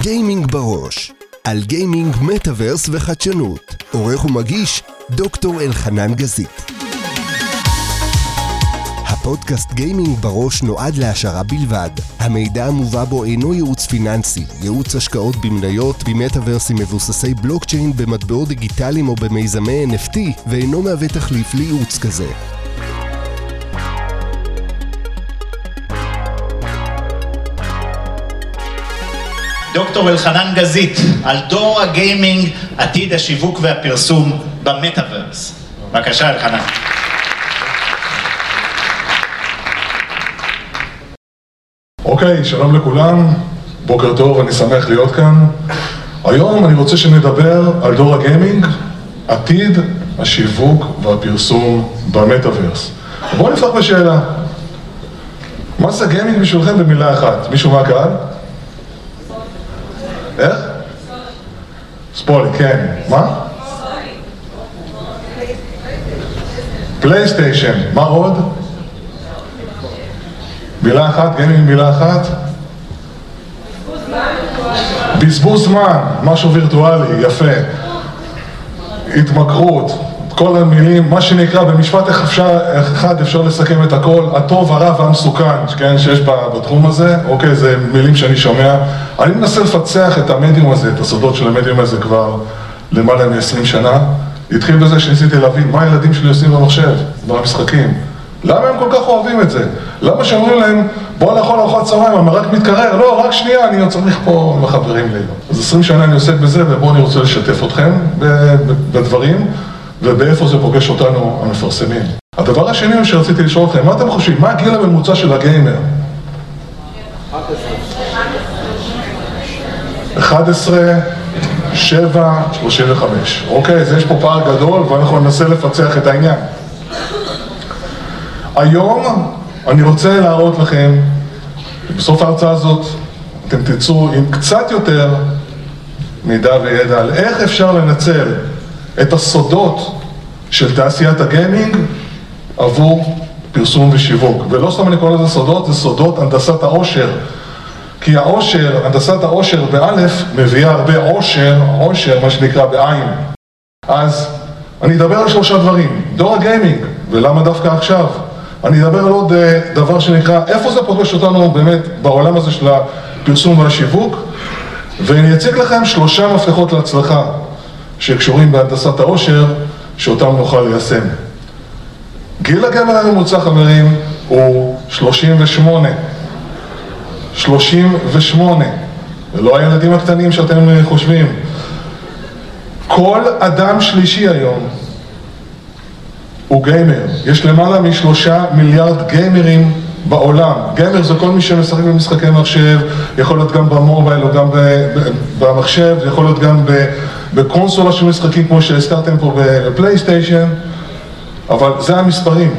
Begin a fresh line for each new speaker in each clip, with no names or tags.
גיימינג בראש, על גיימינג, מטאברס וחדשנות. עורך ומגיש דוקטור אלחנן גזית. הפודקאסט גיימינג בראש נועד להשערה בלבד. המידע המובא בו אינו ייעוץ פיננסי, ייעוץ השקעות במניות, במטאברסים מבוססי בלוקצ'יין, במטבעות דיגיטליים או במיזמי NFT, ואינו מהווה תחליף לייעוץ כזה.
דוקטור אלחנן גזית, על דור הגיימינג, עתיד השיווק והפרסום במטאברס. בבקשה אלחנן.
אוקיי, שלום לכולם, בוקר טוב, אני שמח להיות כאן. היום אני רוצה שנדבר על דור הגיימינג, עתיד השיווק והפרסום במטאברס. בואו נפתח בשאלה. מה זה גיימינג בשבילכם במילה אחת? מישהו מהקהל? איך? ספולי, כן. מה? פלייסטיישן. מה עוד? מילה אחת, גיימינג מילה אחת? בזבוז זמן, משהו וירטואלי, יפה. התמכרות, כל המילים, מה שנקרא במשפט אחד אפשר לסכם את הכל, הטוב, הרע והמסוכן, כן, שיש בתחום הזה. אוקיי, זה מילים שאני שומע. אני מנסה לפצח את המדיום הזה, את הסודות של המדיום הזה כבר למעלה מ-20 שנה. התחיל בזה שניסיתי להבין מה הילדים שלי עושים במחשב, במשחקים. למה הם כל כך אוהבים את זה? למה שאומרים להם, בוא לאכול ארוחת צהריים, המרק מתקרר? לא, רק שנייה, אני צריך פה מחברים לי. אז 20 שנה אני עוסק בזה, ובואו אני רוצה לשתף אתכם בדברים, ובאיפה זה פוגש אותנו המפרסמים. הדבר השני שרציתי לשאול אתכם, מה אתם חושבים? מה הגיל הממוצע של הגיימר? 11, 7, 35. אוקיי, אז יש פה פער גדול, ואנחנו ננסה לפצח את העניין. היום אני רוצה להראות לכם, בסוף ההרצאה הזאת אתם תצאו עם קצת יותר מידע וידע על איך אפשר לנצל את הסודות של תעשיית הגיימינג עבור פרסום ושיווק. ולא סתם אני קורא לזה סודות, זה סודות הנדסת העושר. כי העושר, הנדסת העושר באלף מביאה הרבה עושר, עושר מה שנקרא בעין. אז אני אדבר על 3 דברים. דור הגיימינג, ולמה דווקא עכשיו? אני אדבר על עוד דבר שנקרא, איפה זה פוגש אותנו באמת בעולם הזה של הפרסום והשיווק, ואני אציג לכם 3 מפתחות להצלחה שקשורים בהנדסת העושר, שאותם נוכל ליישם. גיל הגיימר הממוצע, חברים, הוא 38. 38. ולא הילדים הקטנים שאתם חושבים. כל אדם שלישי היום הוא גיימר. יש למעלה מ3 מיליארד גיימרים בעולם. גיימר זה כל מי שמשחק במשחקי מחשב, יכול להיות גם במובייל או גם במחשב, יכול להיות גם בקונסולה של משחקים כמו שהזכרתם פה בפלייסטיישן, אבל זה המספרים.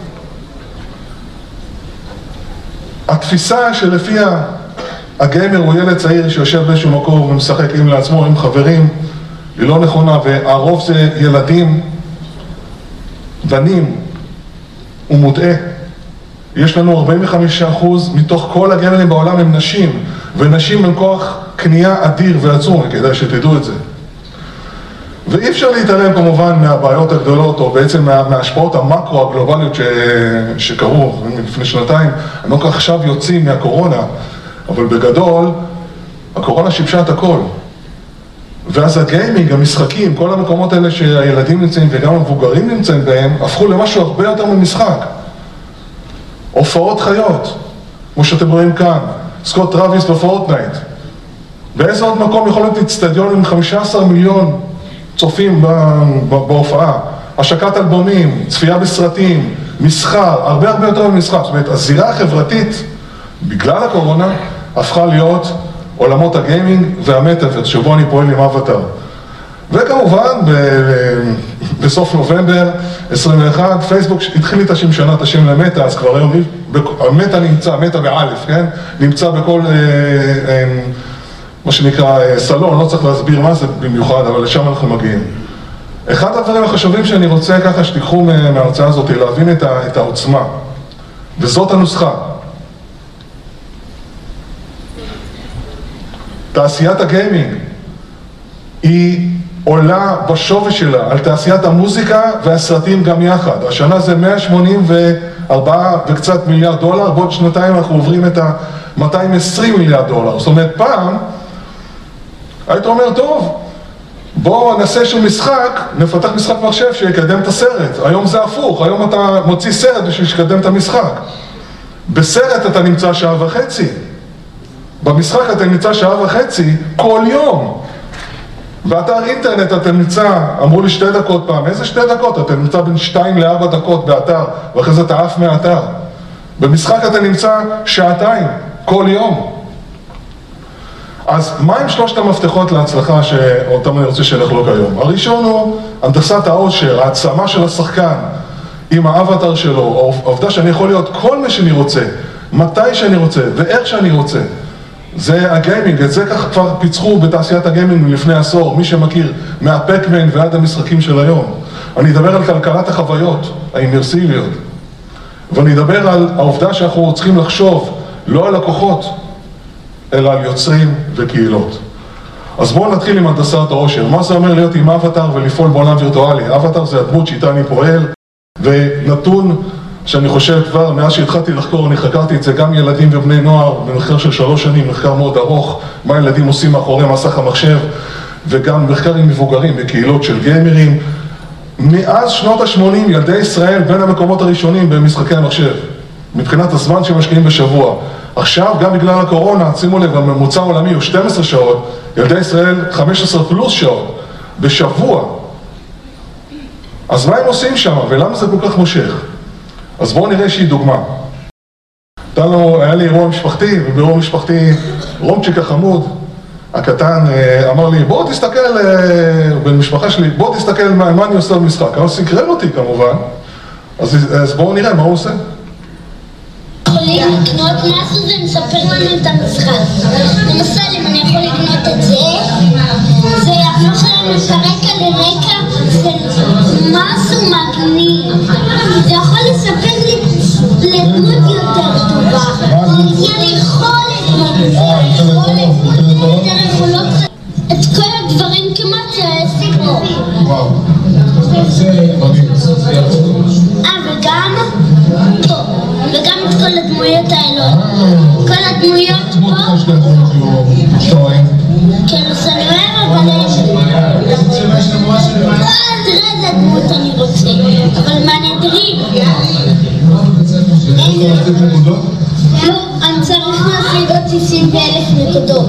התפיסה שלפיה הגיימר הוא ילד צעיר שיושב באיזשהו מקום ומשחק עם לעצמו, עם חברים, היא לא נכונה, והרוב זה ילדים, בנים, הוא מוטעה. יש לנו 45% מתוך כל הגיימרים בעולם הם נשים, ונשים הם כוח קנייה אדיר ועצום, כדאי שתדעו את זה. ואי אפשר להתעלם כמובן מהבעיות הגדולות, או בעצם מההשפעות המקרו הגלובליות שקרו לפני 2 שנתיים. אני לא כך עכשיו יוצאים מהקורונה, אבל בגדול, הקורונה שיבשה את הכל. ואז הגיימינג, המשחקים, כל המקומות האלה שהילדים נמצאים וגם המבוגרים נמצאים בהם, הפכו למשהו הרבה יותר ממשחק. הופעות חיות, כמו שאתם רואים כאן, סקוט טראביס בפורטנייט. באיזה עוד מקום יכול להיות אצטדיון עם 15 מיליון צופים בהופעה, השקת אלבומים, צפייה בסרטים, מסחר, הרבה יותר ממשחק. זאת אומרת, הזירה החברתית, בגלל הקורונה, הפכה להיות עולמות הגיימינג והמטאברס, שבו אני פועל עם אבטר. וכמובן, בסוף נובמבר 21, פייסבוק התחיל את השם שנה, את השם למטה, אז כבר היום, המטה נמצא, מטה באלף, כן? נמצא בכל, מה שנקרא, סלון, לא צריך להסביר מה זה במיוחד, אבל לשם אנחנו מגיעים. אחד הדברים החשובים שאני רוצה ככה שתיקחו מההרצאה הזאת, להבין את העוצמה. וזאת הנוסחה. תעשיית הגיימינג היא עולה בשווי שלה על תעשיית המוזיקה והסרטים גם יחד. השנה זה 184 וקצת מיליארד דולר, בעוד שנתיים אנחנו עוברים את ה-220 מיליארד דולר. זאת אומרת, פעם היית אומר, טוב, בואו נעשה שהוא משחק, נפתח משחק מחשב שיקדם את הסרט. היום זה הפוך, היום אתה מוציא סרט בשביל שקדם את המשחק. בסרט אתה נמצא שעה וחצי. במשחק אתה נמצא שעה וחצי כל יום. באתר אינטרנט אתה נמצא, אמרו לי 2 דקות פעם, איזה 2 דקות? אתה נמצא בין 2 ל-4 דקות באתר, ואחרי זה אתה עף מהאתר. במשחק אתה נמצא 2 שעות, כל יום. אז מה עם 3 המפתחות להצלחה שאותם אני רוצה שנחלוק היום? הראשון הוא הנדסת העושר, העצמה של השחקן עם האבטר שלו, העובדה שאני יכול להיות כל מה שאני רוצה, מתי שאני רוצה ואיך שאני רוצה. זה הגיימינג, את זה ככה כבר פיצחו בתעשיית הגיימינג מלפני עשור, מי שמכיר, מהפקמן ועד המשחקים של היום. אני אדבר על כלכלת החוויות, האימרסיביות, ואני אדבר על העובדה שאנחנו צריכים לחשוב לא על לקוחות, אלא על יוצרים וקהילות. אז בואו נתחיל עם הנדסת העושר. מה זה אומר להיות עם אבטר ולפעול בעולם וירטואלי? אבטר זה הדמות שאיתה אני פועל, ונתון שאני חושב כבר, מאז שהתחלתי לחקור, אני חקרתי את זה גם ילדים ובני נוער, במחקר של 3 שנים, מחקר מאוד ארוך, מה ילדים עושים מאחורי מסך המחשב, וגם מחקר עם מבוגרים בקהילות של גיימרים. מאז שנות ה-80, ילדי ישראל בין המקומות הראשונים במשחקי המחשב, מבחינת הזמן שמשקיעים בשבוע. עכשיו, גם בגלל הקורונה, שימו לב, הממוצע העולמי הוא 12 שעות, ילדי ישראל 15 פלוס שעות בשבוע. אז מה הם עושים שם, ולמה זה כל כך מושך? אז בואו נראה איזושהי דוגמה. היה לי אירוע משפחתי, ובאירוע משפחתי רומצ'יק החמוד, הקטן, אמר לי, בואו תסתכל, במשפחה שלי, בואו תסתכל מה אני עושה במשחק. אז סקרן אותי כמובן, אז בואו נראה מה הוא עושה.
יכולים לקנות משהו ומספר לנו את המשחק. למשל, אם אני יכול לקנות את זה, זה יכול שלנו כרקע לרקע של משהו מגניב. זה יכול לספר לי לדמות יותר טובה. יהיה לי יכולת יותר יכולות, את כל הדברים כמעט שהעסיק פה. וגם את כל הדמויות האלו. כל הדמויות פה. כן, אז אני אוהב, אבל תראה איזה דמות אני רוצה. אבל מה נדרים? לא, אני צריך להשיג עוד 60,000 נקודות.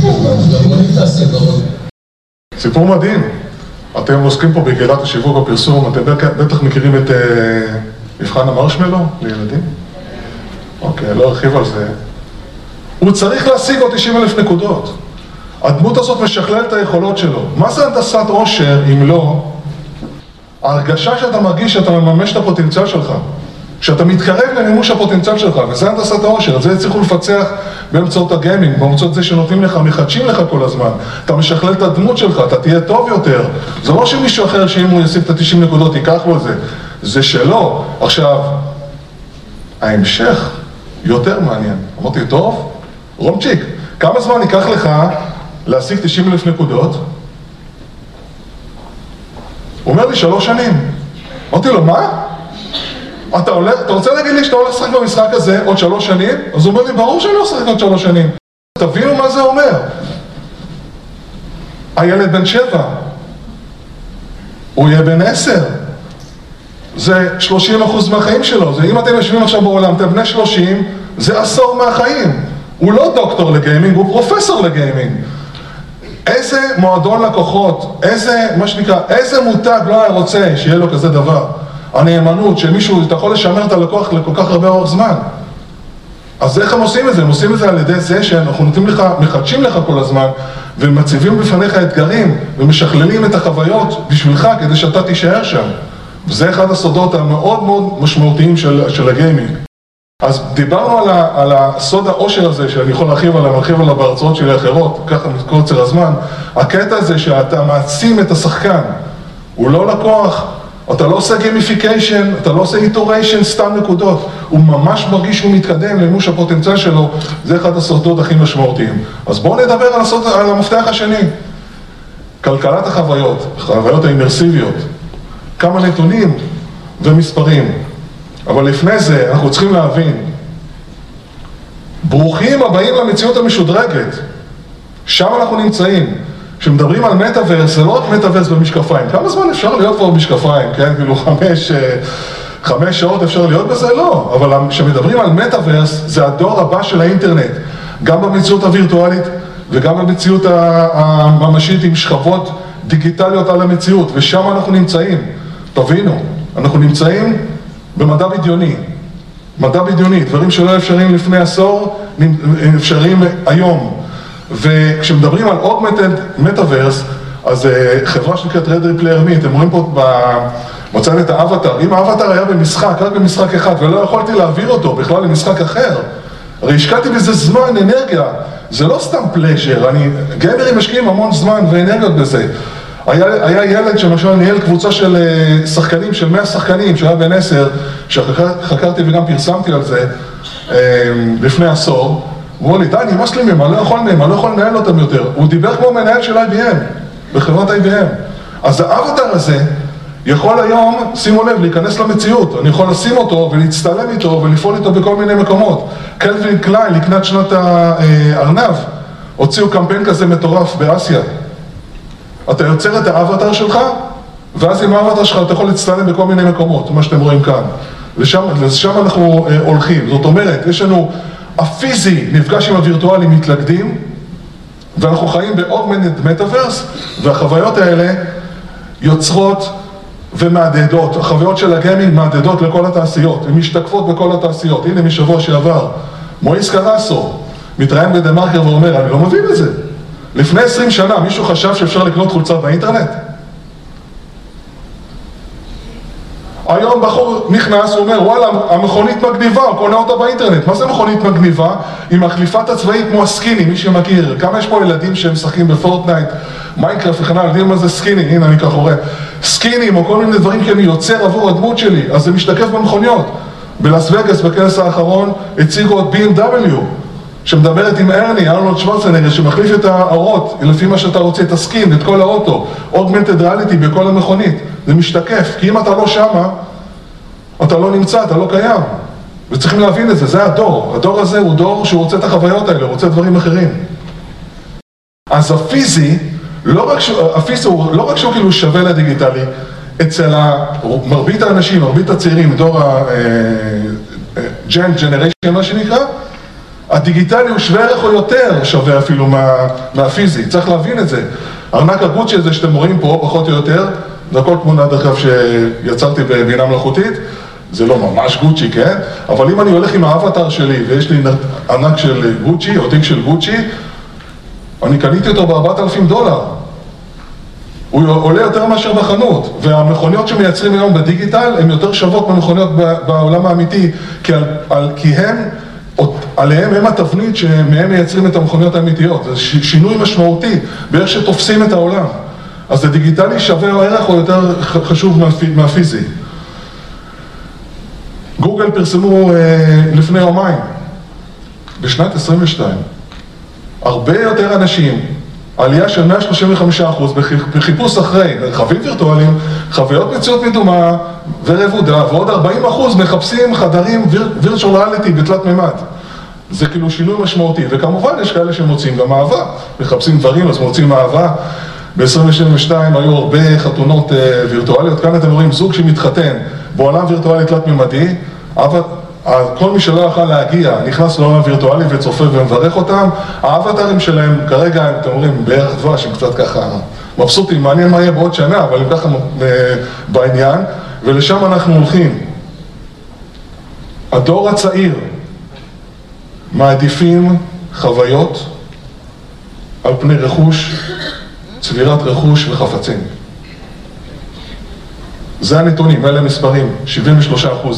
סיפור מדהים. אתם עוסקים פה בקהילת השיווק הפרסום, אתם בטח מכירים את מבחן המרשמלו לילדים? אוקיי, לא ארחיב על זה. הוא צריך להשיג עוד 90,000 נקודות. הדמות הזאת משכללת את היכולות שלו. מה זה הנדסת עושר אם לא ההרגשה שאתה מרגיש שאתה מממש את הפוטנציאל שלך, שאתה מתקרב למימוש הפוטנציאל שלך, וזה הנדסת העושר. את זה הצליחו לפצח באמצעות הגיימינג, באמצעות זה שנותנים לך, מחדשים לך כל הזמן. אתה משכלל את הדמות שלך, אתה תהיה טוב יותר. זה לא שמישהו אחר שאם הוא ישיג את ה-90 נקודות ייקח לו את זה. זה שלא. עכשיו, ההמשך יותר מעניין. אמרתי, טוב, רומצ'יק, כמה זמן ייקח לך להשיג 90,000 נקודות? הוא אומר לי 3 שנים. אמרתי לו, מה? אתה רוצה להגיד לי שאתה הולך לשחק במשחק הזה עוד 3 שנים? אז הוא אומר לי, ברור שאני לא אשחק עוד 3 שנים. תבינו מה זה אומר. הילד בן 7, הוא יהיה בן 10. זה 30% מהחיים שלו. זה אם אתם יושבים עכשיו בעולם, אתם בני 30, זה עשור מהחיים. הוא לא דוקטור לגיימינג, הוא פרופסור לגיימינג. איזה מועדון לקוחות, איזה מותג לא היה רוצה שיהיה לו כזה דבר? הנאמנות, שמישהו, אתה יכול לשמר את הלקוח לכל כך הרבה אורך זמן. אז איך הם עושים את זה? הם עושים את זה על ידי זה שאנחנו נותנים לך, מחדשים לך כל הזמן, ומציבים בפניך אתגרים, ומשכללים את החוויות בשבילך כדי שאתה תישאר שם. וזה אחד הסודות המאוד מאוד משמעותיים של הגיימינג. אז דיברנו על הסוד העושר הזה, שאני יכול להרחיב עליו בהרצאות שלי האחרות, ככה מקוצר הזמן. הקטע הזה שאתה מעצים את השחקן, הוא לא לקוח אתה לא עושה גימיפיקיישן, אתה לא עושה איטוריישן, סתם נקודות. הוא ממש מרגיש שהוא מתקדם למימוש הפוטנציאל שלו, זה אחד הסודות הכי משמעותיים. אז בואו נדבר על המפתח השני. כלכלת החוויות, החוויות האימרסיביות. כמה נתונים ומספרים. אבל לפני זה אנחנו צריכים להבין, ברוכים הבאים למציאות המשודרגת. שם אנחנו נמצאים. כשמדברים על מטאברס, זה לא רק מטאברס במשקפיים. כמה זמן אפשר להיות כבר במשקפיים, כן? כאילו 5 שעות אפשר להיות בזה? לא. אבל כשמדברים על מטאברס, זה הדור הבא של האינטרנט. גם במציאות הווירטואלית וגם במציאות הממשית עם שכבות דיגיטליות על המציאות. ושם אנחנו נמצאים. תבינו, אנחנו נמצאים במדע בדיוני. מדע בדיוני, דברים שלא אפשריים לפני עשור, אפשריים היום. וכשמדברים על Augmented Metaverse, אז חברה שנקראת Ready Player Me, אתם רואים פה בצד את האבטר. אם האבטר היה במשחק, רק במשחק אחד, ולא יכולתי להעביר אותו בכלל למשחק אחר, הרי השקעתי בזה זמן, אנרגיה. זה לא סתם פלז'ר, גיימרים משקיעים המון זמן ואנרגיות בזה. היה ילד שמשל ניהל קבוצה של שחקנים, של 100 שחקנים, שהיה בן 10, שחקרתי וגם פרסמתי על זה לפני עשור. הוא אמר לי, די, נמאס לי מהם, אני לא יכול לנהל אותם יותר. הוא דיבר כמו מנהל של IBM, בחברת IBM. אז האבטר הזה יכול היום, שימו לב, להיכנס למציאות. אני יכול לשים אותו ולהצטלם איתו ולפעול איתו בכל מיני מקומות. קלווין קליין, לקנת שנות הארנב, הוציאו קמפיין כזה מטורף באסיה. אתה יוצר את האבטר שלך, ואז עם האבטר שלך אתה יכול להצטלם בכל מיני מקומות, מה שאתם רואים כאן. לשם אנחנו הולכים. זאת אומרת, יש לנו הפיזי נפגש עם הווירטואלי מתלכדים, ואנחנו חיים ב-Augmented Metaverse, והחוויות האלה יוצרות ומעדדות. החוויות של הגיימינג מעדדות לכל התעשיות, הן משתקפות בכל התעשיות. הנה משבוע שעבר, מואיס קרסו מתראיין בדה-מרקר ואומר, אני לא מבין את זה. לפני 20 שנה מישהו חשב שאפשר לקנות חולצה באינטרנט? היום בחור נכנס, הוא אומר, וואלה, המכונית מגניבה, הוא קונה אותה באינטרנט. מה זה מכונית מגניבה? היא מחליפה את הצבעים כמו הסקיני, מי שמכיר. כמה יש פה ילדים שהם משחקים בפורטנייט, מיינקראפט וכן הלאה, יודעים מה זה סקיני? הנה, אני כך רואה. סקינים או כל מיני דברים כי אני יוצר עבור הדמות שלי, אז זה משתקף במכוניות. בלאס וגאס, בכנס האחרון, הציגו את BMW, שמדברת עם ארנולד שוורצנגר, שמחליף את האורות, לפי מה שאתה רוצה, את הסקין, את כל האוטו, Augmented Reality בכל המכונית. זה משתקף, כי אם אתה לא שמה, אתה לא נמצא, אתה לא קיים. וצריכים להבין את זה, זה הדור. הדור הזה הוא דור שהוא רוצה את החוויות האלה, הוא רוצה דברים אחרים. אז הפיזי, לא רק שהוא כאילו שווה לדיגיטלי, אצל מרבית האנשים, מרבית הצעירים, דור ג'נריישן, מה שנקרא, הדיגיטלי הוא שווה ערך או יותר שווה אפילו מהפיזי, צריך להבין את זה. ארנק הגוצ'י הזה שאתם רואים פה, פחות או יותר, זה הכל תמונה דרך אגב שיצרתי בבינה מלאכותית, זה לא ממש גוצ'י, כן? אבל אם אני הולך עם האבטר שלי ויש לי ארנק של גוצ'י או תיק של גוצ'י, אני קניתי אותו ב$4,000. הוא עולה יותר מאשר בחנות, והמכוניות שמייצרים היום בדיגיטל הן יותר שוות ממכוניות בעולם האמיתי, כי עליהם הם התבנית שמהם מייצרים את המכוניות האמיתיות. זה שינוי משמעותי באיך שתופסים את העולם. אז הדיגיטלי שווה ערך או יותר חשוב מהפיזי. גוגל פרסמו לפני יומיים, בשנת 22, הרבה יותר אנשים, עלייה של 135% בחיפוש אחרי מרחבים וירטואליים, חוויות מציאות מדומה ורבודה, ועוד 40% מחפשים חדרים virtual reality בתלת מימד. זה כאילו שינוי משמעותי, וכמובן יש כאלה שמוצאים גם אהבה, מחפשים דברים אז מוצאים אהבה. ב-2022 היו הרבה חתונות וירטואליות, כאן אתם רואים זוג שמתחתן בעולם וירטואלי תלת מימדי, כל מי שלא יוכל להגיע נכנס לעולם וירטואלי וצופה ומברך אותם, האבטרים שלהם כרגע, אתם רואים, בערך דבש, הם קצת ככה מבסוטים, מעניין מה יהיה בעוד שנה, אבל הם ככה בעניין, ולשם אנחנו הולכים. הדור הצעיר מעדיפים חוויות על פני רכוש, צבירת רכוש וחפצים. זה הנתונים, אלה מספרים, 73%.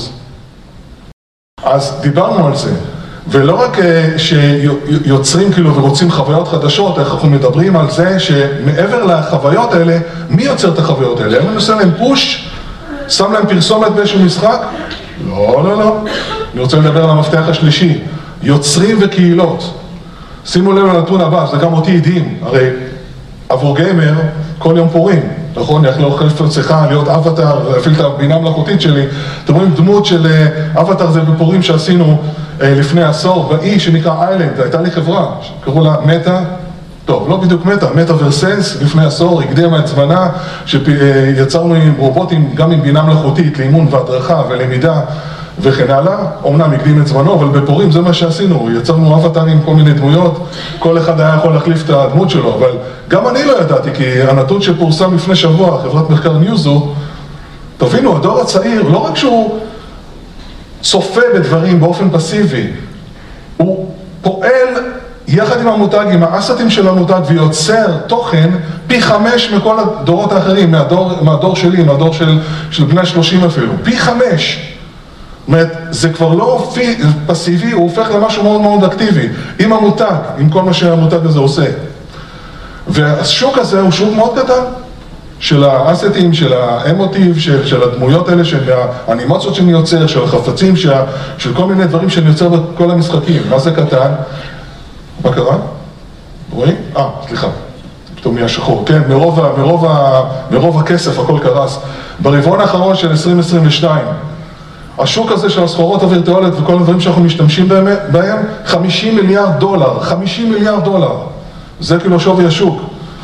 אז דיברנו על זה, ולא רק שיוצרים כאילו ורוצים חוויות חדשות, אנחנו מדברים על זה שמעבר לחוויות האלה, מי יוצר את החוויות האלה? הם עושה להם פוש, שם להם פרסומת באיזשהו משחק? לא, לא, לא. אני רוצה לדבר על המפתח השלישי, יוצרים וקהילות. שימו לב לנתון הבא, זה גם אותי עדים, הרי עבור גיימר כל יום פורים, נכון? אני יכול צריכה להיות אבטר, להפעיל את הבינה המלאכותית שלי. אתם רואים דמות של אבטר זה בפורים שעשינו לפני עשור, באי שנקרא איילנד, הייתה לי חברה, שקראו לה מטה, טוב, לא בדיוק מטה ורסנס, לפני עשור, הקדימה את זמנה, שיצרנו עם רובוטים, גם עם בינה מלאכותית, לאימון והדרכה ולמידה וכן הלאה. אומנם הקדים את זמנו, אבל בפורים זה מה שעשינו, יצרנו אבטרים, כל מיני דמויות, כל אחד היה יכול להחליף את הדמות שלו, אבל גם אני לא ידעתי, כי הנתון שפורסם לפני שבוע, חברת מחקר ניוזו, תבינו, הדור הצעיר, לא רק שהוא צופה בדברים באופן פסיבי, הוא פועל יחד עם המותג, עם האסטים של המותג, ויוצר תוכן פי 5 מכל הדורות האחרים, מהדור שלי, מהדור של בני 30 אפילו, פי 5. זאת אומרת, זה כבר לא פסיבי, הוא הופך למשהו מאוד מאוד אקטיבי, עם המותג, עם כל מה שהמותג הזה עושה. והשוק הזה הוא שוק מאוד קטן, של האסטים, של האמוטיב, של הדמויות האלה, של האנימציות שאני יוצר, של החפצים, של כל מיני דברים שאני יוצר בכל המשחקים. מה זה קטן? מה קרה? רואים? סליחה. פתאום נהיה שחור. כן, מרוב הכסף הכל קרס. ברבעון האחרון של 2022, השוק הזה של הסחורות הווירטואליות וכל הדברים שאנחנו משתמשים בהם, 50 מיליארד דולר. 50 מיליארד דולר. זה כאילו שווי השוק.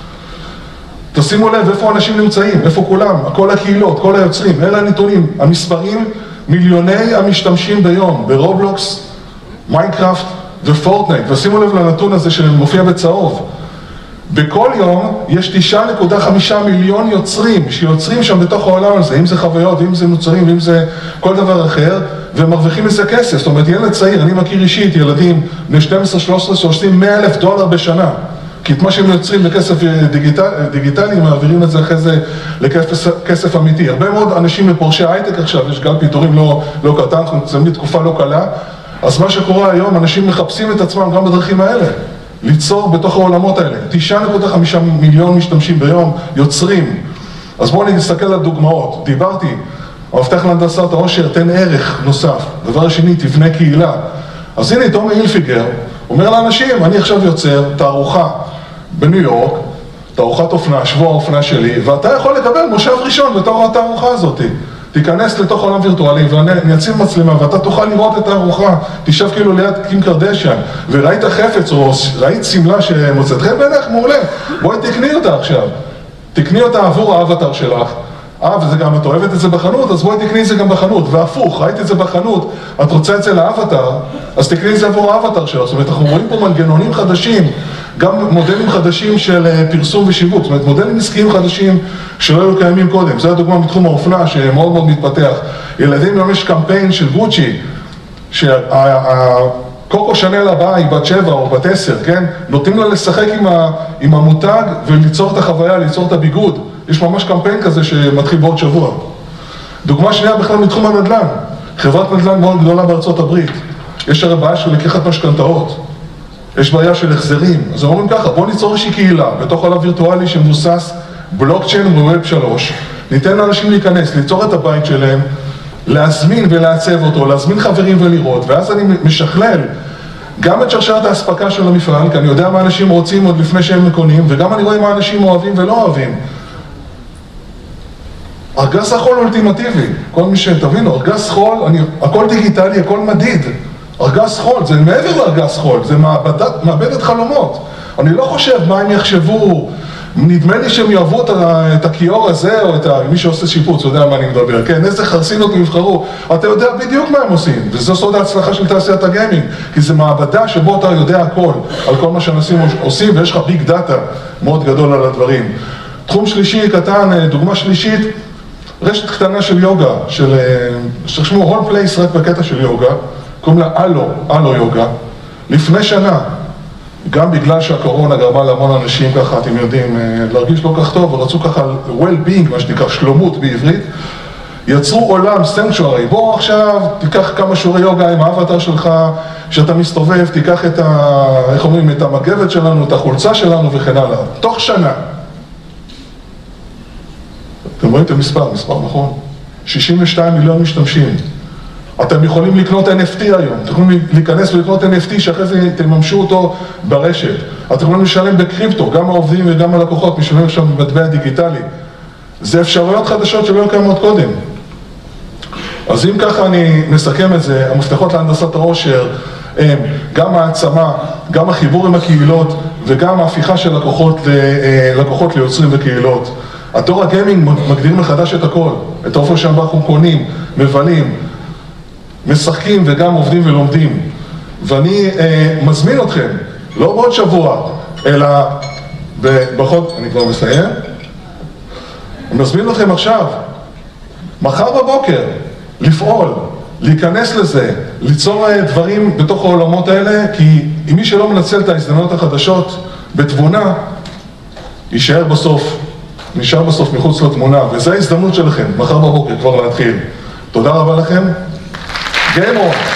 תשימו לב איפה אנשים נמצאים, איפה כולם, כל הקהילות, כל היוצרים, אלה הנתונים, המספרים, מיליוני המשתמשים ביום, ברובלוקס, מיינקראפט ופורטנייט, ושימו לב לנתון הזה שמופיע בצהוב. בכל יום יש 9.5 מיליון יוצרים, שיוצרים שם בתוך העולם הזה, אם זה חוויות, אם זה מוצרים, אם זה כל דבר אחר, ומרוויחים מזה כסף. זאת אומרת, ילד צעיר, אני מכיר אישית ילדים בני 12-13 שעושים $100,000 בשנה. כי את מה שהם יוצרים בכסף דיגיטלי, מעבירים את זה אחרי זה לכסף אמיתי. הרבה מאוד אנשים מפורשי הייטק עכשיו, יש גל פיטורים לא קטן, אנחנו נמצאים בתקופה לא קלה, אז מה שקורה היום, אנשים מחפשים את עצמם גם בדרכים האלה, ליצור בתוך העולמות האלה. 9.5 מיליון משתמשים ביום, יוצרים. אז בואו נסתכל על דוגמאות. דיברתי, המפתח להנדסת העושר, תן ערך נוסף. דבר שני, תבנה קהילה. אז הנה, תומי הילפיגר, אומר לאנשים, אני עכשיו יוצר תערוכה בניו יורק, תערוכת אופנה, שבוע האופנה שלי, ואתה יכול לקבל מושב ראשון בתור התערוכה הזאת. תיכנס לתוך עולם וירטואלי ואני אציב מצלמה ואתה תוכל לראות את התערוכה, תשב כאילו ליד קים קרדשיאן, וראית חפץ או ראית סמלה שמוצאת חן בעיניך, מעולה, בואי תקני אותה עכשיו. תקני אותה עבור האבטר שלך. וזה גם, את אוהבת את זה בחנות, אז בואי תקני את זה גם בחנות, והפוך, ראית את זה בחנות, את רוצה את זה לאבטר, אז תקני את זה עבור האבטר שלך. זאת אומרת, אנחנו רואים פה מנגנונים חדשים, גם מודלים חדשים של פרסום ושיווק, זאת אומרת, מודלים עסקיים חדשים שלא היו קיימים קודם. זו הדוגמה מתחום האופנה שמאוד מאוד מתפתח. ילדים, היום יש קמפיין של גוצ'י, קוקו שנל הבאה היא בת 7 או בת 10, כן? נותנים לה לשחק עם המותג וליצור את החוויה, ליצור את הביגוד. יש ממש קמפיין כזה שמתחיל בעוד שבוע. דוגמה שנייה בכלל מתחום הנדל"ן. חברת נדל"ן מאוד גדולה בארצות הברית. יש הרי בעיה של לקיחת משכנתאות. יש בעיה של החזרים. אז אומרים ככה, בואו ניצור איזושהי קהילה בתוך עולם וירטואלי שמבוסס בלוקצ'יין וווב 3. ניתן לאנשים להיכנס, ליצור את הבית שלהם, להזמין ולעצב אותו, להזמין חברים ולראות, ואז אני משכלל גם את שרשרת ההספקה של המפעל, כי אני יודע מה אנשים רוצים עוד לפני שהם קונים, וגם אני רואה מה אנשים אוהבים ולא אוהבים. ארגז החול אולטימטיבי, כל מי שתבינו, ארגז חול, הכל דיגיטלי, הכל מדיד. ארגז חול, זה מעבר לארגז חול, זה מעבדת חלומות. אני לא חושב מה הם יחשבו, נדמה לי שהם יאהבו את הכיור הזה, או את מי שעושה שיפוץ, אתה יודע מה אני מדבר, כן, איזה חרסינות הם יבחרו, אתה יודע בדיוק מה הם עושים, וזו סוד ההצלחה של תעשיית הגיימינג, כי זה מעבדה שבו אתה יודע הכל, על כל מה שאנשים עושים, ויש לך ביג דאטה מאוד גדול על הדברים. תחום שלישי קטן, דוגמה שלישית, רשת קטנה של יוגה, ששמו הול פלייס רק בקטע של יוגה, קוראים לה אלו יוגה, לפני שנה, גם בגלל שהקורונה גרמה להמון אנשים ככה, אתם יודעים, להרגיש לא כך טוב, ורצו ככה well-being, מה שנקרא שלומות בעברית, יצרו עולם, סנקצ'וארי, בוא עכשיו תיקח כמה שיעורי יוגה עם האבטר שלך, שאתה מסתובב, תיקח את איך אומרים, את המגבת שלנו, את החולצה שלנו וכן הלאה, תוך שנה. אתם רואים את המספר, מספר נכון? 62 מיליון משתמשים. אתם יכולים לקנות NFT היום, אתם יכולים להיכנס ולקנות NFT שאחרי זה תממשו אותו ברשת. אתם יכולים לשלם בקריפטו, גם העובדים וגם הלקוחות משלמים עכשיו במטבע דיגיטלי. זה אפשרויות חדשות שלא קיימות קודם. אז אם ככה אני מסכם את זה, המפתחות להנדסת העושר הם גם העצמה, גם החיבור עם הקהילות וגם ההפיכה של לקוחות ליוצרים וקהילות. התור הגיימינג מגדיר מחדש את הכל, את האופן שם אנחנו קונים, מבלים, משחקים וגם עובדים ולומדים. ואני מזמין אתכם, לא בעוד שבוע, אלא אני כבר מסיים, אני מזמין אתכם עכשיו, מחר בבוקר, לפעול, להיכנס לזה, ליצור דברים בתוך העולמות האלה, כי אם מי שלא מנצל את ההזדמנויות החדשות בתבונה, נשאר בסוף מחוץ לתמונה, וזו ההזדמנות שלכם, מחר בבוקר כבר להתחיל. תודה רבה לכם. Game on!